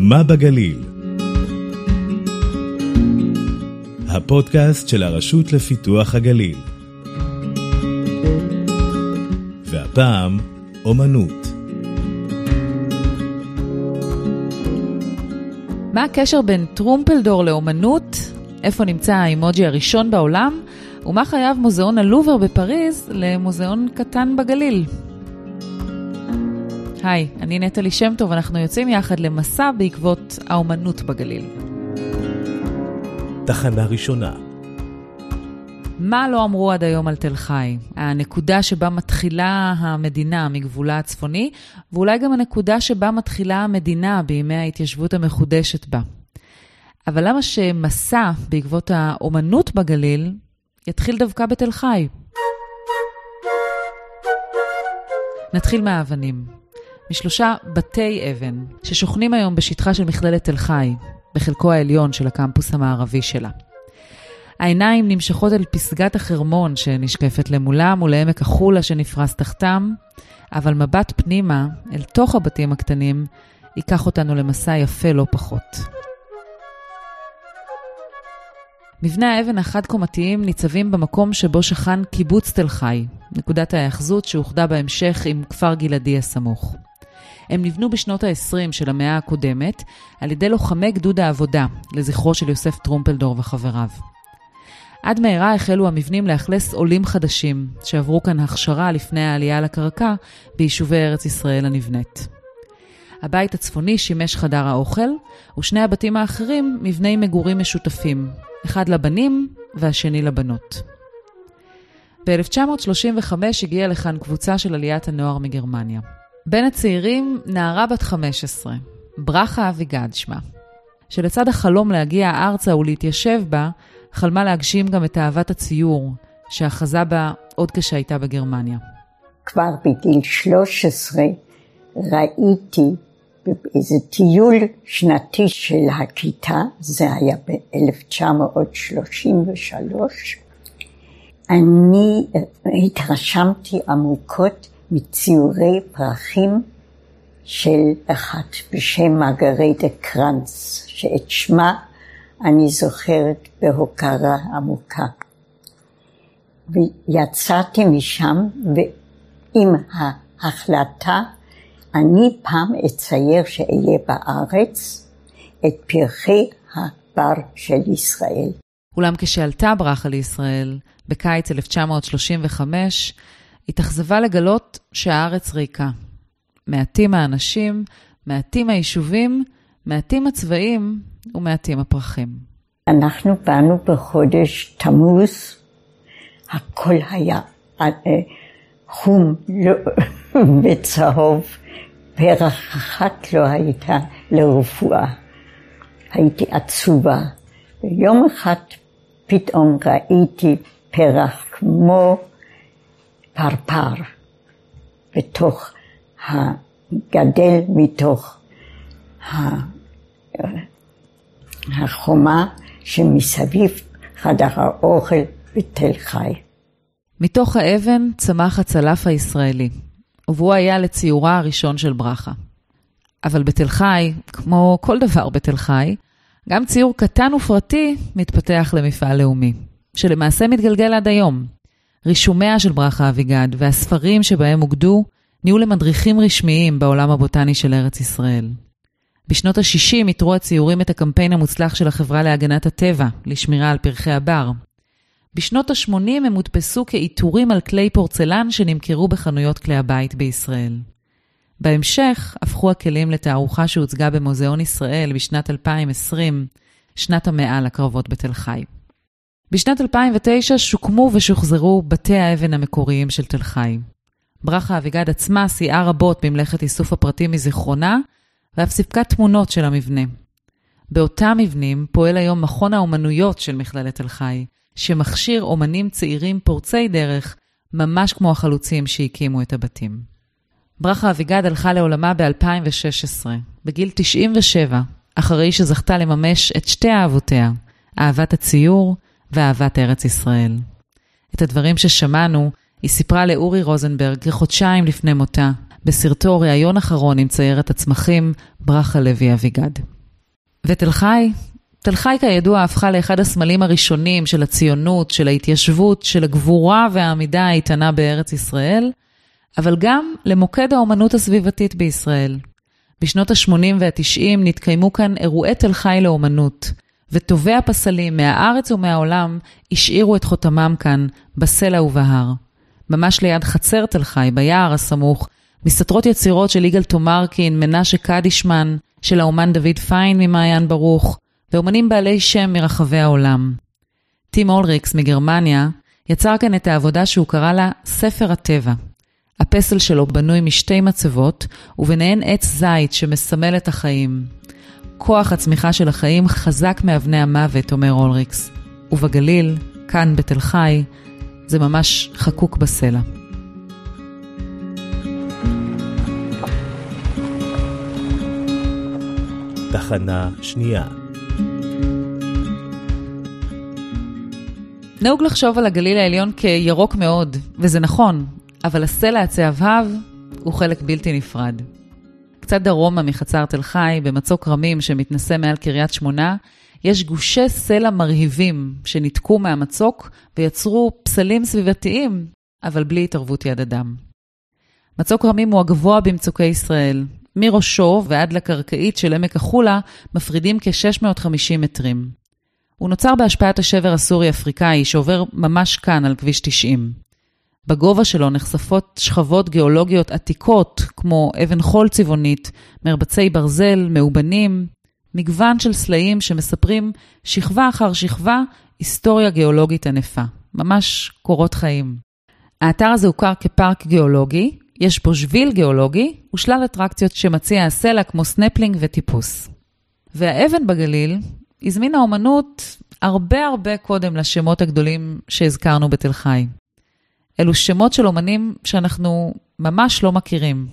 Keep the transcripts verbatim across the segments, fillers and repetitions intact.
מה בגליל? הפודקאסט של הרשות לפיתוח הגליל. והפעם, אומנות. מה הקשר בין טרומפלדור לאומנות? איפה נמצא האימוג'י הראשון בעולם? ומה חייב מוזיאון הלובר בפריז למוזיאון קטן בגליל? היי, אני נטלי שם טוב, אנחנו יוצאים יחד למסע בעקבות האומנות בגליל. תחנה ראשונה. מה לא אמרו עד היום על תל חי? הנקודה שבה מתחילה המדינה מגבולה הצפוני, ואולי גם הנקודה שבה מתחילה המדינה בימי ההתיישבות המחודשת בה. אבל למה שמסע בעקבות האומנות בגליל יתחיל דווקא בתל חי? נתחיל מהאבנים. משלושה בתי אבן ששוכנים היום בשטחה של מכללת תל חי, בחלקו העליון של הקמפוס המערבי שלה. העיניים נמשכות אל פסגת החרמון שנשקפת למולם ולעמק החולה שנפרס תחתם, אבל מבט פנימה אל תוך הבתים הקטנים ייקח אותנו למסע יפה לא פחות. מבנה האבן החד-קומתיים ניצבים במקום שבו שכן קיבוץ תל חי, נקודת ההאחזות שאוחדה בהמשך עם כפר גלעדי הסמוך. הם נבנו בשנות ה-עשרים של המאה הקודמת על ידי לוחמי גדוד העבודה, לזכרו של יוסף טרומפלדור וחבריו. עד מהרה החלו המבנים לאכלס עולים חדשים, שעברו כאן הכשרה לפני העלייה לקרקע ביישובי ארץ ישראל הנבנית. הבית הצפוני שימש חדר האוכל, ושני הבתים האחרים מבני מגורים משותפים, אחד לבנים והשני לבנות. ב-אלף תשע מאות שלושים וחמש הגיעה לכאן קבוצה של עליית הנוער מגרמניה. בין הצעירים נערה בת חמש עשרה, ברכה אביגד שמה, שלצד החלום להגיע ארצה ולהתיישב בה, חלמה להגשים גם את אהבת הציור, שאחזה בה עוד כשהייתה בגרמניה. כבר בגיל שלוש עשרה ראיתי באיזה טיול שנתי של הכיתה, זה היה ב-אלף תשע מאות שלושים ושלוש, אני התרשמתי עמוקות מציורי פרחים של אחת בשם מרגרטה קרנץ, שאת שמה אני זוכרת בהוקרה עמוקה. ויצאתי משם ועם ההחלטה, אני פעם אצייר שאהיה בארץ את פרחי הבר של ישראל. אולם כשעלתה ברכה לישראל, בקיץ אלף תשע מאות שלושים וחמש, התאכזבה לגלות שהארץ ריקה. מעטים האנשים, מעטים היישובים, מעטים הצבעים ומעטים הפרחים. אנחנו באנו בחודש תמוז, הכל היה חום וצהוב, פרח אחת לא הייתה לרפואה. הייתי עצובה. ויום אחד פתאום ראיתי פרח כמו פרפר, בתוך הגדל מתוך החומה שמסביב חדר האוכל בתל חי. מתוך האבן צמח הצלף הישראלי, והוא היה לציורה הראשון של ברכה. אבל בתל חי, כמו כל דבר בתל חי, גם ציור קטן ופרטי מתפתח למפעל לאומי, שלמעשה מתגלגל עד היום. רישומיה של ברכה אביגד והספרים שבהם הוגדו נהיו למדריכים רשמיים בעולם הבוטני של ארץ ישראל. בשנות ה-שישים יתרו הציורים את הקמפיין המוצלח של החברה להגנת הטבע, לשמירה על פרחי הבר. בשנות ה-שמונים הם הודפסו כאיתורים על כלי פורצלן שנמכרו בחנויות כלי הבית בישראל. בהמשך הפכו הכלים לתערוכה שהוצגה במוזיאון ישראל בשנת אלפיים ועשרים, שנת המאה לקרבות בתל חי. בשנת אלפיים ותשע שוקמו ושוחזרו בתי האבן המקוריים של תל חי. ברכה אביגד עצמה סייעה רבות במלאכת איסוף הפרטים מזיכרונה, ואף סיפקה תמונות של המבנה. באותם מבנים פועל היום מכון האומנויות של מכללת תל חי, שמכשיר אומנים צעירים פורצי דרך, ממש כמו החלוצים שהקימו את הבתים. ברכה אביגד הלכה לעולמה ב-אלפיים ושש עשרה, בגיל תשעים ושבע, אחרי שזכתה לממש את שתי אהבותיה, אהבת הציור ואהבת ארץ ישראל. את הדברים ששמענו היא סיפרה לאורי רוזנברג כחודשיים לפני מותה, בסרטו ראיון אחרון עם ציירת הצמחים, ברכה לוי אביגד. ותל חי? תל חי כידוע הפכה לאחד הסמלים הראשונים של הציונות, של ההתיישבות, של הגבורה והעמידה האיתנה בארץ ישראל, אבל גם למוקד האומנות הסביבתית בישראל. בשנות ה-שמונים וה-תשעים נתקיימו כאן אירועי תל חי לאומנות, וטובי הפסלים מהארץ ומהעולם השאירו את חותמם כאן, בסלע ובהר. ממש ליד חצר תל חי, ביער הסמוך, מסתתרות יצירות של יגאל תומרקין, מנשה קדישמן, של האומן דוד פיין ממעיין ברוך, ואומנים בעלי שם מרחבי העולם. טים אולריקס מגרמניה יצר כאן את העבודה שהוא קרא לה ספר הטבע. הפסל שלו בנוי משתי מצבות, וביניהן עץ זית שמסמל את החיים. כוח הצמיחה של החיים חזק מאבני המוות, אומר אולריקס. ובגליל, כאן בתל חי, זה ממש חקוק בסלע. תחנה שנייה. נהוג לחשוב על הגליל העליון כירוק מאוד, וזה נכון, אבל הסלע הצהבהב הוא חלק בלתי נפרד. קצת דרומה מחצר תל חי, במצוק רמים שמתנסה מעל קריית שמונה, יש גושי סלע מרהיבים שנתקו מהמצוק ויצרו פסלים סביבתיים, אבל בלי התערבות יד אדם. מצוק רמים הוא הגבוה במצוקי ישראל. מראשו ועד לקרקעית של עמק החולה מפרידים כ-שש מאות וחמישים מטרים. הוא נוצר בהשפעת השבר הסורי-אפריקאי שעובר ממש כאן על כביש תשעים. בגובה שלו נחשפות שכבות גיאולוגיות עתיקות כמו אבן חול צבעונית, מרבצי ברזל, מאובנים, מגוון של סלעים שמספרים שכבה אחר שכבה היסטוריה גיאולוגית ענפה. ממש קורות חיים. האתר הזה הוכר כפארק גיאולוגי, יש בו שביל גיאולוגי ושלל אטרקציות שמציע הסלע כמו סנפלינג וטיפוס. והאבן בגליל הזמינה אומנות הרבה הרבה קודם לשמות הגדולים שהזכרנו בתל חי. אלו שמות של אומנים שאנחנו ממש לא מכירים.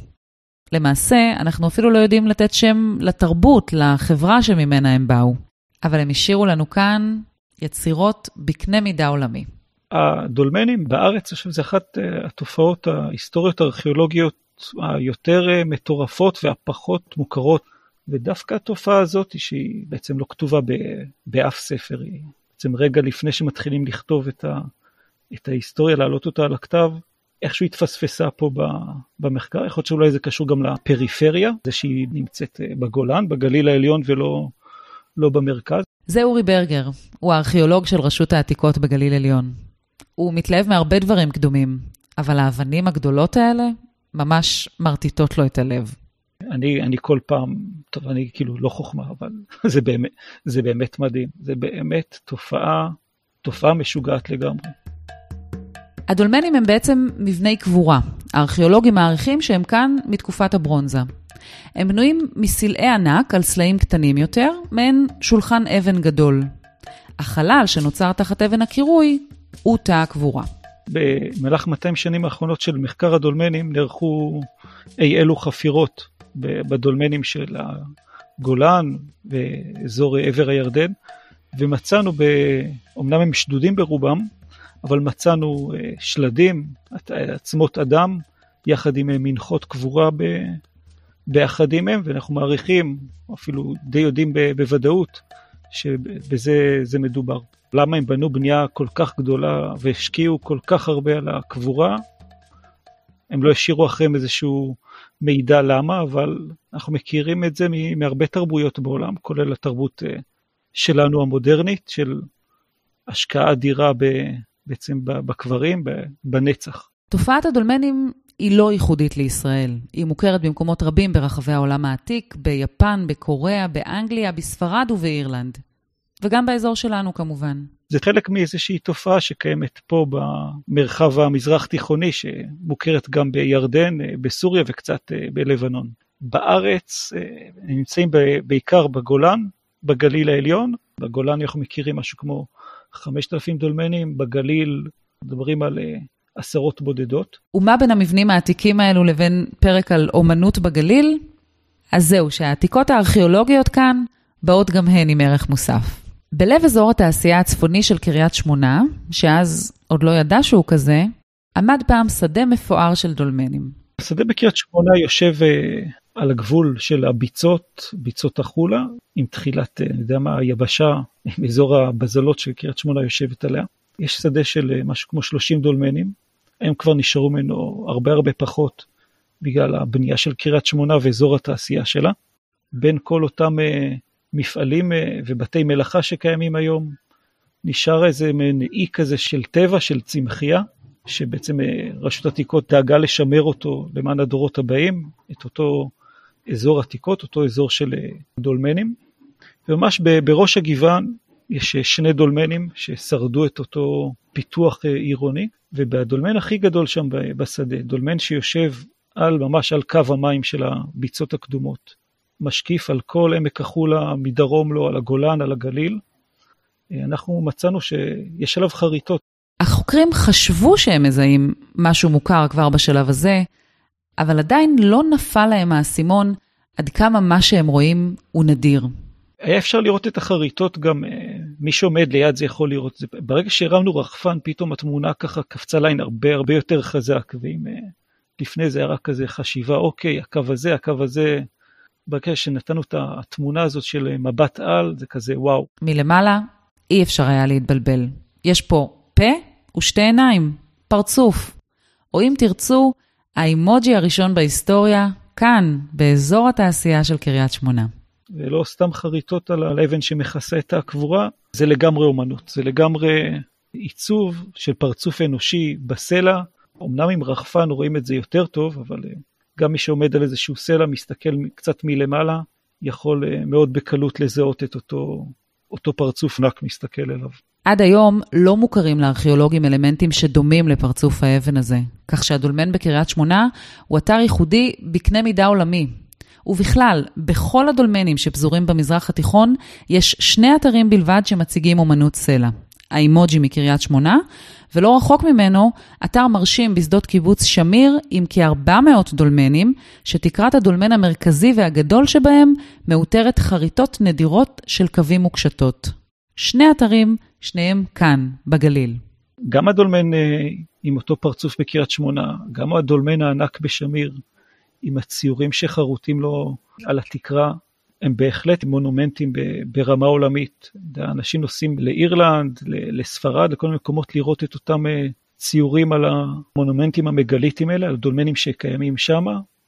למעשה, אנחנו אפילו לא יודעים לתת שם לתרבות, לחברה שממנה הם באו. אבל הם השאירו לנו כאן יצירות בקנה מידה עולמי. הדולמנים בארץ, עכשיו זה אחת התופעות ההיסטוריות הארכיאולוגיות היותר מטורפות והפחות מוכרות, ודווקא התופעה הזאת שהיא בעצם לא כתובה באף ספר, היא בעצם רגע לפני שמתחילים לכתוב את, ה, את ההיסטוריה, להעלות אותה על הכתב, איכשהו התפספסה פה במחקר, יכול להיות שאולי זה קשור גם לפריפריה, זה שהיא נמצאת בגולן, בגליל העליון ולא לא במרכז. זה אורי ברגר, הוא הארכיאולוג של רשות העתיקות בגליל עליון. הוא מתלהב מהרבה דברים קדומים, אבל האבנים הגדולות האלה ממש מרטיטות לו את הלב. אני, אני כל פעם, טוב, אני כאילו לא חוכמה, אבל זה באמת, זה באמת מדהים. זה באמת תופעה, תופעה משוגעת לגמרי. הדולמנים הם בעצם מבני קבורה. הארכיאולוגים מעריכים שהם כאן מתקופת הברונזה. הם בנויים מסלעי ענק על סלעים קטנים יותר, מעין שולחן אבן גדול. החלל שנוצר תחת אבן הקירוי הוא תא הקבורה. במהלך מאתיים שנים האחרונות של מחקר הדולמנים נערכו אי אלו חפירות בדולמנים של הגולן ואזור עבר הירדן, ומצאנו, אומנם הם שדודים ברובם, אבל מצאנו שלדים, עצמות אדם, יחד עם מנחות קבורה באחדים מהם, ואנחנו מעריכים, אפילו די יודעים בוודאות, שבזה זה מדובר. למה הם בנו בנייה כל כך גדולה והשקיעו כל כך הרבה על הקבורה? הם לא השאירו אחריהם איזשהו מידע למה, אבל אנחנו מכירים את זה מהרבה תרבויות בעולם, כולל התרבות שלנו המודרנית, של השקעה אדירה בעצם בקברים, בנצח. תופעת הדולמנים היא לא ייחודית לישראל. היא מוכרת במקומות רבים ברחבי העולם העתיק, ביפן, בקוריאה, באנגליה, בספרד ובאירלנד. וגם באזור שלנו כמובן. זה חלק מאיזושהי תופעה שקיימת פה במרחב המזרח תיכוני, שמוכרת גם בירדן, בסוריה וקצת בלבנון. בארץ נמצאים בעיקר בגולן, בגליל העליון. בגולן אנחנו מכירים משהו כמו חמשת אלפים דולמנים, בגליל מדברים על עשרות בודדות. ומה בין המבנים העתיקים האלו לבין פרק על אומנות בגליל? אז זהו, שהעתיקות הארכיאולוגיות כאן באות גם הן עם ערך מוסף. בלב אזור התעשייה הצפוני של קריית שמונה, שאז עוד לא ידע שהוא כזה, עמד פעם שדה מפואר של דולמנים. השדה בקריית שמונה יושב על הגבול של הביצות, ביצות החולה, עם תחילת, אני יודע מה, היבשה, עם אזור הבזלות של קריית שמונה יושבת עליה. יש שדה של משהו כמו שלושים דולמנים, הם כבר נשארו ממנו הרבה הרבה פחות, בגלל הבנייה של קריית שמונה ואזור התעשייה שלה. בין כל אותם מפעלים ובתי מלאכה שקיימים היום, נשאר איזה אי כזה של טבע, של צמחייה, שבעצם רשות עתיקות דאגה לשמר אותו למען הדורות הבאים, את אותו אזור עתיקות, אותו אזור של דולמנים. וממש בראש הגבעה יש שני דולמנים ששרדו את אותו פיתוח עירוני, ובדולמן הכי גדול שם בשדה, דולמן שיושב על, ממש על קו המים של הביצות הקדומות, משקיף על כל עמק החולה מדרום לו, על הגולן, על הגליל. אנחנו מצאנו שיש עליו חריטות. החוקרים חשבו שהם מזהים משהו מוכר כבר בשלב הזה, אבל עדיין לא נפל להם האסימון עד כמה מה שהם רואים הוא נדיר. היה אפשר לראות את החריטות גם, מי שעומד ליד זה יכול לראות זה. ברגע שהרמנו רחפן, פתאום התמונה ככה קפצה ליין הרבה הרבה יותר חזק, ואם לפני זה היה רק כזה חשיבה, אוקיי, הקו הזה, הקו הזה, ברגע שנתנו את התמונה הזאת של מבט על, זה כזה וואו. מלמעלה אי אפשר היה להתבלבל. יש פה פה ושתי עיניים, פרצוף. או אם תרצו, האימוג'י הראשון בהיסטוריה, כאן, באזור התעשייה של קריית שמונה. ולא סתם חריטות על האבן שמכסה את הקבורה, זה לגמרי אומנות, זה לגמרי עיצוב של פרצוף אנושי בסלע. אמנם עם רחפן רואים את זה יותר טוב, אבל גם מי שעומד על איזשהו סלע, מסתכל קצת מלמעלה, יכול מאוד בקלות לזהות את אותו, אותו פרצוף נק מסתכל אליו. עד היום לא מוכרים לארכיאולוגים אלמנטים שדומים לפרצוף האבן הזה, כך שהדולמן בקריית שמונה הוא אתר ייחודי בקנה מידה עולמי. ובכלל, בכל הדולמנים שפזורים במזרח התיכון, יש שני אתרים בלבד שמציגים אומנות סלע. האימוג'י מקריית שמונה, ולא רחוק ממנו, אתר מרשים בשדות קיבוץ שמיר עם כ-ארבע מאות דולמנים, שתקרת הדולמן המרכזי והגדול שבהם מאותרת חריטות נדירות של קווים וקשתות. שני אתרים, שניהם כאן, בגליל. גם הדולמן עם אותו פרצוף בקריית שמונה, גם הדולמן הענק בשמיר, עם הציורים שחרוטים לו על התקרה, הם בהחלט מונומנטים ברמה עולמית. אנשים נוסעים לאירלנד, לספרד, לכל מיני מקומות לראות את אותם ציורים על המונומנטים המגליטיים האלה, על הדולמנים שקיימים שם.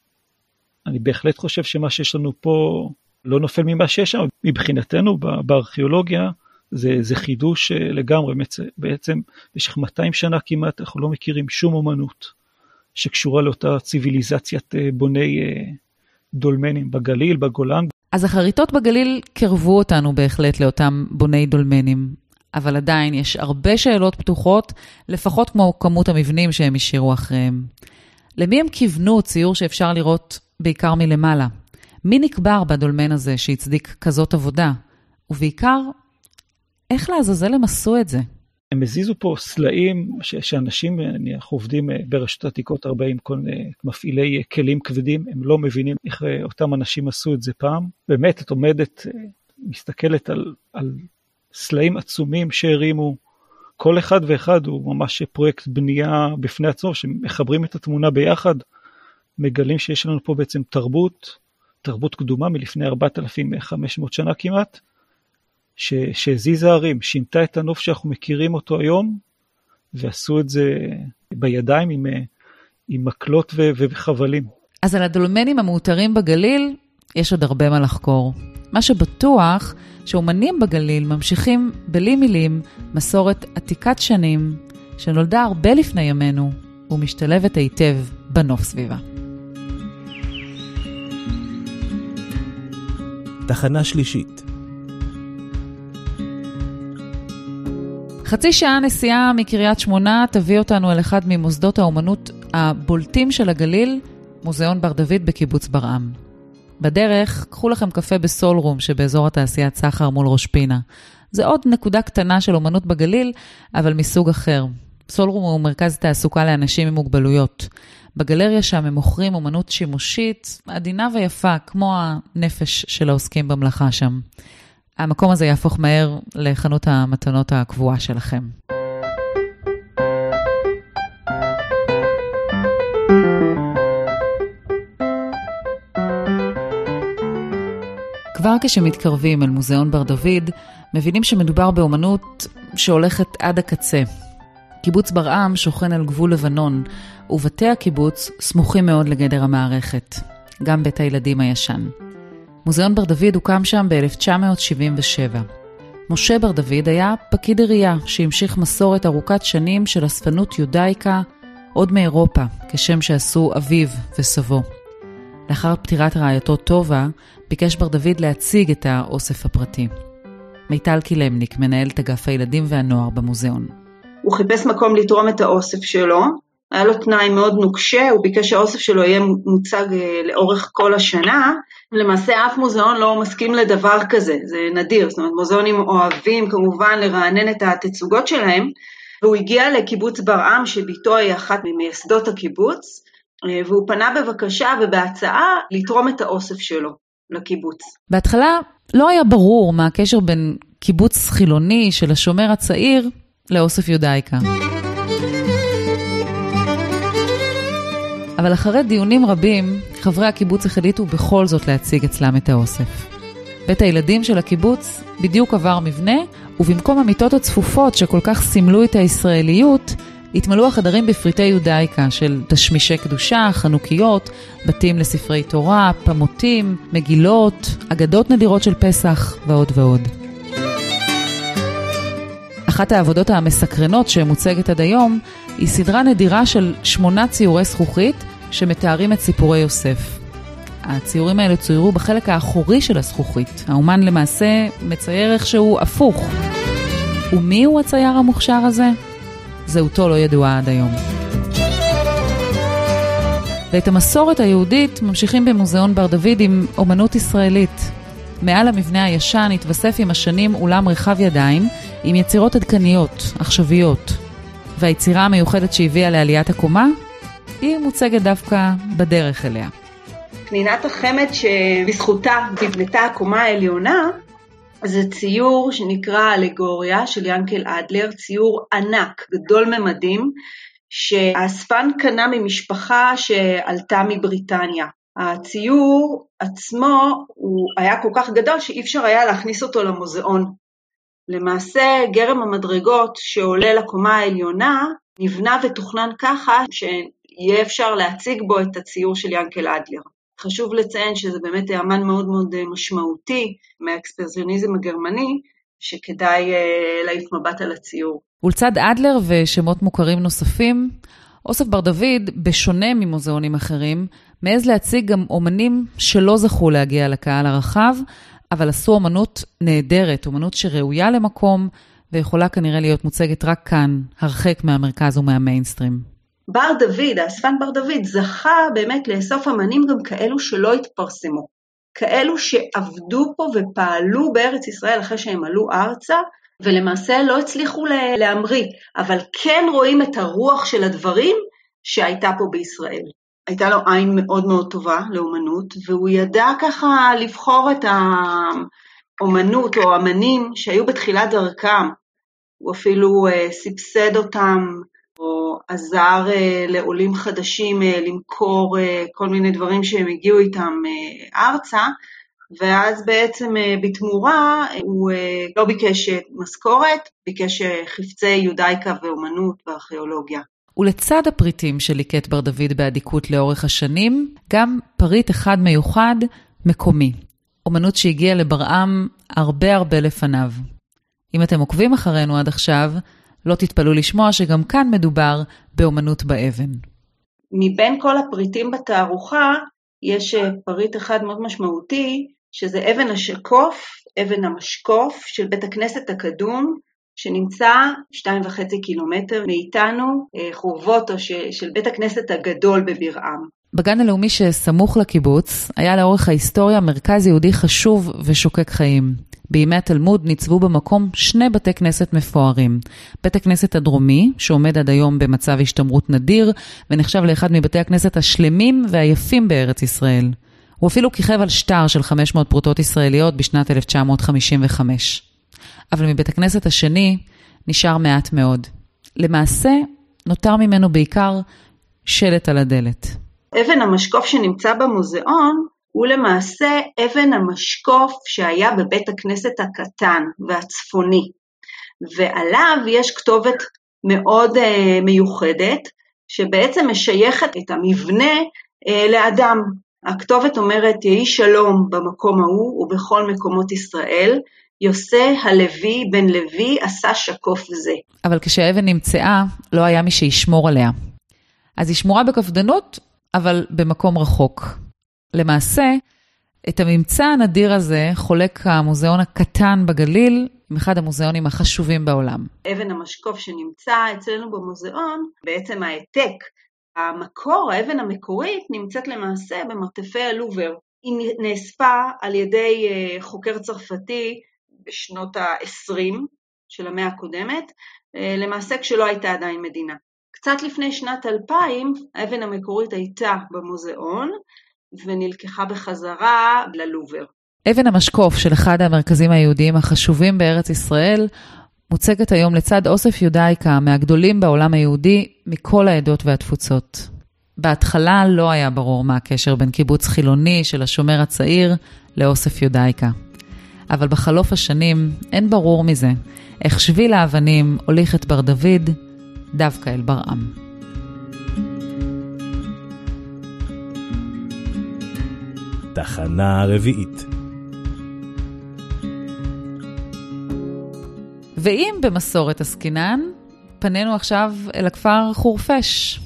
אני בהחלט חושב שמה שיש לנו פה לא נופל ממה שיש שם. מבחינתנו בארכיאולוגיה זה, זה חידוש לגמרי. בעצם במשך מאתיים שנה כמעט אנחנו לא מכירים שום אומנות שקשורה לאותה ציוויליזציית בוני דולמנים בגליל, בגולן. אז החריטות בגליל קרבו אותנו בהחלט לאותם בוני דולמנים, אבל עדיין יש הרבה שאלות פתוחות, לפחות כמו כמות המבנים שהם השאירו אחריהם. למי הם כיוונו ציור שאפשר לראות בעיקר מלמעלה? מי נקבר בדולמן הזה שהצדיק כזאת עבודה? ובעיקר, איך לעזאזל הם עשו את זה? הם הזיזו פה סלעים שאנשים, אנחנו עובדים ברשות העתיקות הרבה עם כל מפעילי כלים כבדים, הם לא מבינים איך אותם אנשים עשו את זה פעם. באמת, את עומדת, מסתכלת על, על סלעים עצומים שהרימו, כל אחד ואחד הוא ממש פרויקט בנייה בפני עצמו, שמחברים את התמונה ביחד, מגלים שיש לנו פה בעצם תרבות, תרבות קדומה מלפני ארבעת אלפים וחמש מאות שנה כמעט, שהזיזה הרים, שינתה את הנוף שאנחנו מכירים אותו היום, ועשו את זה בידיים עם, עם מקלות ו- וחבלים. אז על הדולמנים המאותרים בגליל, יש עוד הרבה מה לחקור. מה שבטוח, שאומנים בגליל ממשיכים בלי מילים מסורת עתיקת שנים, שנולדה הרבה לפני ימינו, ומשתלבת היטב בנוף סביבה. תחנה שלישית. חצי שעה נסיעה מקריית שמונה תביא אותנו אל אחד ממוסדות האומנות הבולטים של הגליל, מוזיאון בר דוד בקיבוץ ברעם. בדרך, קחו לכם קפה בסולרום שבאזור התעשיית סחר מול ראש פינה. זה עוד נקודה קטנה של אומנות בגליל, אבל מסוג אחר. סולרום הוא מרכז תעסוקה לאנשים עם מוגבלויות. בגלריה שם הם מוכרים אומנות שימושית, עדינה ויפה, כמו הנפש של העוסקים במלאכה שם. המקום הזה יהפוך מהר לחנות המתנות הקבועה שלכם. כבר כשמתקרבים אל מוזיאון בר דוד, מבינים שמדובר באומנות שהולכת עד הקצה. קיבוץ ברעם שוכן על גבול לבנון, ובתי הקיבוץ סמוכים מאוד לגדר המערכת, גם בית הילדים הישן. מוזיאון בר דוד הוקם שם ב-אלף תשע מאות שבעים ושבע. משה בר דוד היה פקיד עירייה שהמשיך מסורת ארוכת שנים של אספנות יודאיקה עוד מאירופה, כשם שעשו אביו וסבו. לאחר פטירת רעייתו טובה, ביקש בר דוד להציג את האוסף הפרטי. מיטל קילמניק, מנהלת אגף הילדים והנוער במוזיאון. הוא חיפש מקום לתרום את האוסף שלו, היה לו תנאי מאוד נוקשה, הוא ביקש שהאוסף שלו יהיה מוצג לאורך כל השנה, למעשה אף מוזיאון לא מסכים לדבר כזה, זה נדיר, זאת אומרת מוזיאונים אוהבים כמובן לרענן את התצוגות שלהם, והוא הגיע לקיבוץ ברעם שביתו היא אחת ממייסדות הקיבוץ, והוא פנה בבקשה ובהצעה לתרום את האוסף שלו לקיבוץ. בהתחלה לא היה ברור מה הקשר בין קיבוץ חילוני של השומר הצעיר לאוסף יודאיקה. אבל אחרי דיונים רבים, חברי הקיבוץ החליטו בכל זאת להציג אצלם את האוסף. בית הילדים של הקיבוץ בדיוק עבר מבנה, ובמקום המיטות הצפופות שכל כך סימלו את הישראליות, התמלאו החדרים בפריטי יודאיקה של תשמישי קדושה, חנוכיות, בתים לספרי תורה, פמותים, מגילות, אגדות נדירות של פסח ועוד ועוד. אחת העבודות המסקרנות שמוצגת עד היום היא סדרה נדירה של שמונה ציורי זכוכית שמתארים את סיפורי יוסף. הציורים האלה צוירו בחלק האחורי של הזכוכית. האומן למעשה מצייר איכשהו הפוך. ומי הוא הצייר המוכשר הזה? זהותו לא ידועה עד היום. ואת המסורת היהודית ממשיכים במוזיאון בר דוד עם אומנות ישראלית. מעל המבנה הישן התווסף עם השנים אולם רחב ידיים עם יצירות עדכניות, עכשוויות. והיצירה המיוחדת שהביאה לעליית הקומה היא מוצגת דווקא בדרך אליה. פנינת החמד שבזכותה נבנתה הקומה העליונה, זה ציור שנקרא אלגוריה של ינקל אדלר, ציור ענק, גדול ממדים, שהאספן קנה ממשפחה שעלתה מבריטניה. הציור עצמו הוא היה כל כך גדול שאי אפשר היה להכניס אותו למוזיאון. למעשה גרם המדרגות שעולה לקומה העליונה נבנה ותוכנן ככה שיהיה אפשר להציג בו את הציור של ינקל אדלר. חשוב לציין שזה באמת אמן מאוד מאוד משמעותי מהאקספרסיוניזם הגרמני, שכדאי להעיף מבט על הציור. ולצד אדלר ושמות מוכרים נוספים, אוסף בר דוד, בשונה ממוזיאונים אחרים, מעז להציג גם אומנים שלא זכו להגיע לקהל הרחב, אבל עשו אומנות נהדרת, אומנות שראויה למקום, ויכולה כנראה להיות מוצגת רק כאן, הרחק מהמרכז ומהמיינסטרים. בר דוד, האספן בר דוד, זכה באמת לאסוף אמנים גם כאלו שלא התפרסמו. כאלו שעבדו פה ופעלו בארץ ישראל אחרי שהם עלו ארצה, ולמעשה לא הצליחו להמריא, אבל כן רואים את הרוח של הדברים שהייתה פה בישראל. הייתה לו עין מאוד מאוד טובה לאומנות, והוא ידע ככה לבחור את האומנות או אמנים שהיו בתחילת דרכם. הוא אפילו סבסד אותם, או עזר לעולים חדשים למכור כל מיני דברים שהם הגיעו איתם ארצה, ואז בעצם בתמורה הוא לא ביקש משכורת, ביקש חפצי יודאיקה ואומנות וארכיאולוגיה. ולצד הפריטים שליקט בר דוד בעדיקות לאורך השנים, גם פריט אחד מיוחד מקומי. אומנות שהגיעה לברעם הרבה הרבה לפניו. אם אתם עוקבים אחרינו עד עכשיו, לא תתפלו לשמוע שגם כאן מדובר באומנות באבן. מבין כל הפריטים בתערוכה, יש פריט אחד מאוד משמעותי, שזה אבן השקוף, אבן המשקוף של בית הכנסת הקדום, שנמצא שתיים וחצי קילומטר מאיתנו, חורבותו של בית הכנסת הגדול בברעם. בגן הלאומי שסמוך לקיבוץ, היה לאורך ההיסטוריה מרכז יהודי חשוב ושוקק חיים. בימי התלמוד ניצבו במקום שני בתי כנסת מפוארים. בית הכנסת הדרומי, שעומד עד היום במצב השתמרות נדיר, ונחשב לאחד מבתי הכנסת השלמים והיפים בארץ ישראל. הוא אפילו כיכב על שטר של חמש מאות פרוטות ישראליות בשנת אלף תשע מאות חמישים וחמש. אבל מבית הכנסת השני נשאר מעט מאוד. למעשה, נותר ממנו בעיקר שלט על הדלת. אבן המשקוף שנמצא במוזיאון, הוא למעשה אבן המשקוף שהיה בבית הכנסת הקטן והצפוני, ועליו יש כתובת מאוד uh, מיוחדת, שבעצם משייכת את המבנה uh, לאדם. הכתובת אומרת, יהי שלום במקום ההוא ובכל מקומות ישראל, יוסי הלוי בן לוי עשה שקוף זה. אבל כשהאבן נמצאה, לא היה מי שישמור עליה. אז היא שמורה בקפדנות, אבל במקום רחוק. למעשה, את הממצא הנדיר הזה חולק המוזיאון הקטן בגליל, עם אחד המוזיאונים החשובים בעולם. אבן המשקוף שנמצא אצלנו במוזיאון, בעצם העתק, המקור, האבן המקורית, נמצאת למעשה במרתפי הלובר. היא נאספה על ידי חוקר צרפתי בשנות ה-עשרים של המאה הקודמת, למעשה כשלא הייתה עדיין מדינה. קצת לפני שנת אלפיים, האבן המקורית הייתה במוזיאון, ונלקחה בחזרה ללובר. אבן המשקוף של אחד המרכזים היהודיים החשובים בארץ ישראל, מוצגת היום לצד אוסף יודאיקה מהגדולים בעולם היהודי מכל העדות והתפוצות. בהתחלה לא היה ברור מה הקשר בין קיבוץ חילוני של השומר הצעיר לאוסף יודאיקה. אבל בחלוף השנים אין ברור מזה, איך שביל האבנים הוליך את בר דוד דווקא אל ברעם. תחנה רביעית. ואם במסורת עסקינן, פנינו עכשיו אל הכפר חורפש.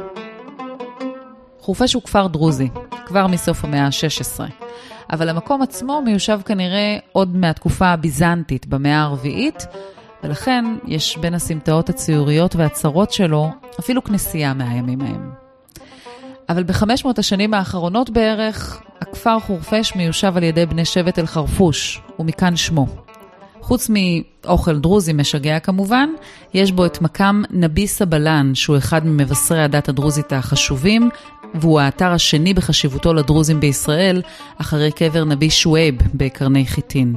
חורפש הוא כפר דרוזי, כבר מסוף המאה ה-שש עשרה. אבל המקום עצמו מיושב כנראה עוד מהתקופה הביזנטית במאה הרביעית, ולכן יש בין הסמטאות הציוריות והצרות שלו אפילו כנסייה מהימים ההם. אבל בחמש מאות השנים האחרונות בערך, הכפר חורפש מיושב על ידי בני שבט אל חרפוש, ומכאן שמו. חוץ מאוכל דרוזי משגע כמובן, יש בו את מקם נבי סבלן, שהוא אחד ממבשרי הדת הדרוזית החשובים, והוא האתר השני בחשיבותו לדרוזים בישראל, אחרי קבר נבי שואב בקרני חיטין.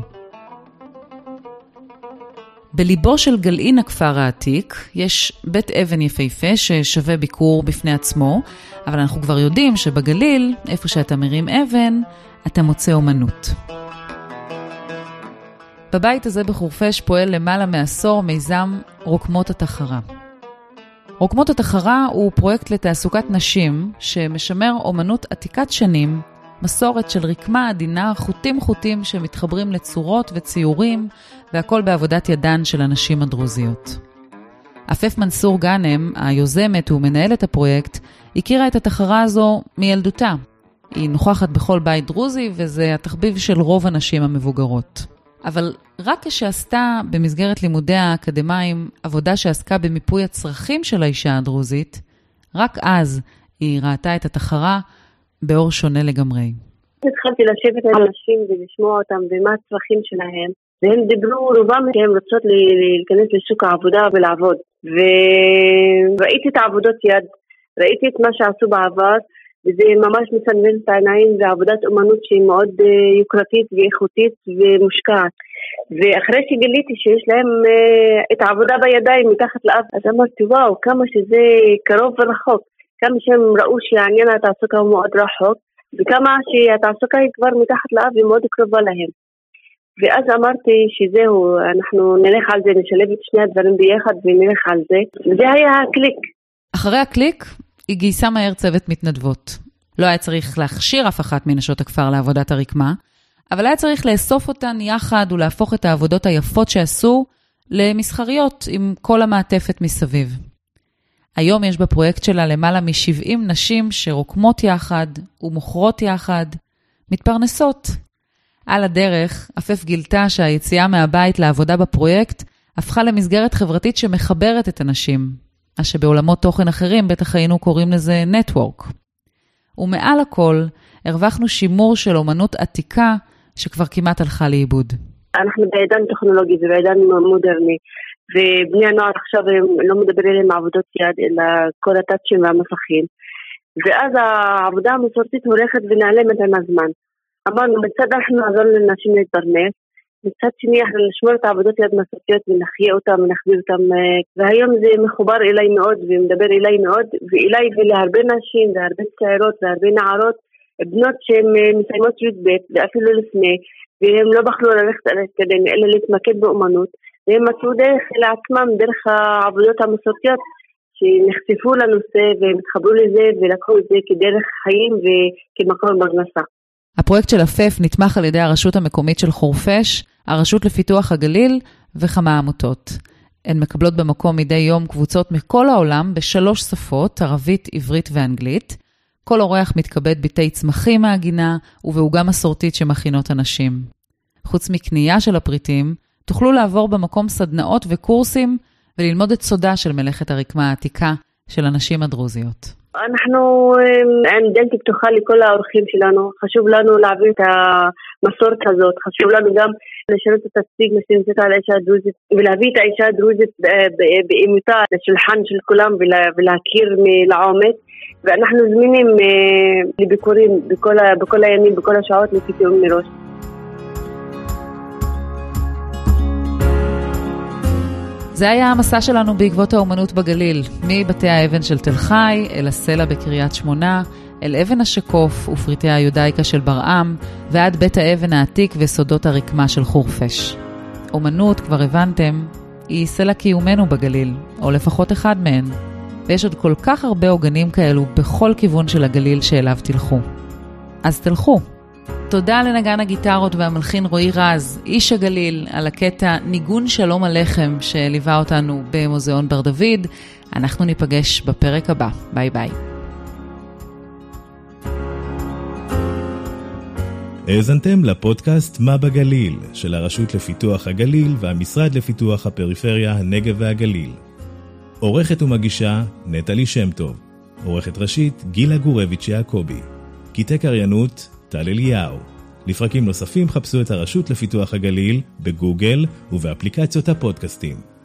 בליבו של גלעין הכפר העתיק, יש בית אבן יפהפה ששווה ביקור בפני עצמו, אבל אנחנו כבר יודעים שבגליל, איפה שאתה מרים אבן, אתה מוצא אומנות. בבית הזה בחורפש פועל למעלה מעשור מיזם רוקמות התחרה. רוקמות התחרה הוא פרויקט לתעסוקת נשים שמשמר אומנות עתיקת שנים, מסורת של רקמה עדינה, חוטים חוטים שמתחברים לצורות וציורים, והכל בעבודת ידן של הנשים הדרוזיות. אפף מנסור גאנם, היוזמת ומנהלת הפרויקט, הכירה את התחרה הזו מילדותה. היא נוכחת בכל בית דרוזי וזה התחביב של רוב הנשים המבוגרות. אבל רק כשעשתה במסגרת לימודי האקדמיים עבודה שעסקה במיפוי הצרכים של האישה הדרוזית, רק אז היא ראתה את התחרה באור שונה לגמרי. התחלתי לשבת עם אנשים ולשמוע אותם ומה הצרכים שלהם, והם דיברו רובם שהם רוצות להיכנס לשוק העבודה ולעבוד, וראיתי את העבודות יד, ראיתי את מה שעשו בעבר, וזה ממש מסנוון את העיניים, ועבודת אומנות שהיא מאוד יוקרתית ואיכותית ומושקעת. ואחרי שגיליתי שיש להם את העבודה בידיים מתחת לאף, אז אמרתי וואו, כמה שזה קרוב ורחוק, כמה שהם ראו שהעניין התעסוקה הוא מאוד רחוק, וכמה שהתעסוקה היא כבר מתחת לאף ומאוד קרובה להם. ואז אמרתי שזהו, אנחנו נלך על זה, נשלב את שני הדברים ביחד ונלך על זה, וזה היה הקליק. אחרי הקליק, היא גייסה מהר צוות מתנדבות. לא היה צריך להכשיר אף אחת מנשות הכפר לעבודת הרקמה, אבל היה צריך לאסוף אותן יחד ולהפוך את העבודות היפות שעשו למסחריות עם כל המעטפת מסביב. היום יש בפרויקט שלה למעלה מ-שבעים נשים שרוקמות יחד ומוכרות יחד, מתפרנסות. על הדרך, אפף גילתה שהיציאה מהבית לעבודה בפרויקט הפכה למסגרת חברתית שמחברת את הנשים, מה שבעולמות תוכן אחרים בטח היינו קוראים לזה נטוורק. ומעל הכל, הרווחנו שימור של אומנות עתיקה שכבר כמעט הלכה לאיבוד. אנחנו בעידן טכנולוגי ובעידן מודרני, ובני הנוער עכשיו לא מדברים עליהם עבודות יד, אלא כל הטאצ'ים והמסכים. ואז העבודה המסורתית הולכת ונעלמת עם הזמן. אמרנו, מצד אנחנו נעזור לנשים להתפרנס, מצד שני אנחנו נשמור את העבודות יד מסורתיות ונחיה אותם ונחביר אותם, והיום זה מחובר אליי מאוד ומדבר אליי מאוד, ואליי ולהרבה נשים והרבה צעירות והרבה נערות, בנות שהן מסיימות י"ב ואפילו לפני, והם לא בחלו ללכת על האקדמיה, אלא להתמקד באומנות, והם מצאו דרך לעצמם, דרך העבודות המסורתיות, שנחשפו לנושא והם התחברו לזה ולקחו את זה כדרך חיים וכמקום פרנסה. הפרויקט של אפף נתמך על ידי הרשות המקומית של חורפיש, הרשות לפיתוח הגליל וכמה עמותות. הן מקבלות במקום מדי יום קבוצות מכל העולם בשלוש שפות, ערבית, עברית ואנגלית. כל אורח מתכבד ביתי צמחים מהגינה ובעוגה מסורתית שמכינות אנשים. חוץ מקנייה של הפריטים, תוכלו לעבור במקום סדנאות וקורסים וללמוד את סודה של מלאכת הרקמה העתיקה של הנשים הדרוזיות. אנחנו עם דלת פתוחה לכל האורחים שלנו. חשוב לנו להעביר את המסורת הזאת. חשוב לנו גם לשנות את הסטיגמה שנמצאת על האישה הדרוזית ולהביא את האישה הדרוזית באימותה לשולחן של כולם ולהכיר לעומק. ואנחנו זמינים לביקורים בכל, בכל הימים, בכל השעות לפי תיאום מראש. זה היה המסע שלנו בעקבות האומנות בגליל, מבתי האבן של תל חי, אל הסלע בקריית שמונה, אל אבן השקוף ופריטי היודאיקה של ברעם, ועד בית האבן העתיק וסודות הרקמה של חורפיש. אומנות, כבר הבנתם, היא סלע קיומנו בגליל, או לפחות אחד מהן. ויש עוד כל כך הרבה עוגנים כאלו בכל כיוון של הגליל שאליו תלכו. אז תלכו. תודה לנגן הגיטרות והמלחין רועי רז, איש הגליל, על הקטע ניגון שלום עליכם שליווה אותנו במוזיאון בר דוד. אנחנו ניפגש בפרק הבא. ביי ביי. האזנתם לפודקאסט מה בגליל של הרשות לפיתוח הגליל והמשרד לפיתוח הפריפריה, הנגב והגליל. עורכת ומגישה נטלי שם טוב. עורכת ראשית גילה גורביץ' יעקבי. קטעי קריינות טל אליהו. לפרקים נוספים חפשו את הרשות לפיתוח הגליל בגוגל ובאפליקציות הפודקאסטים.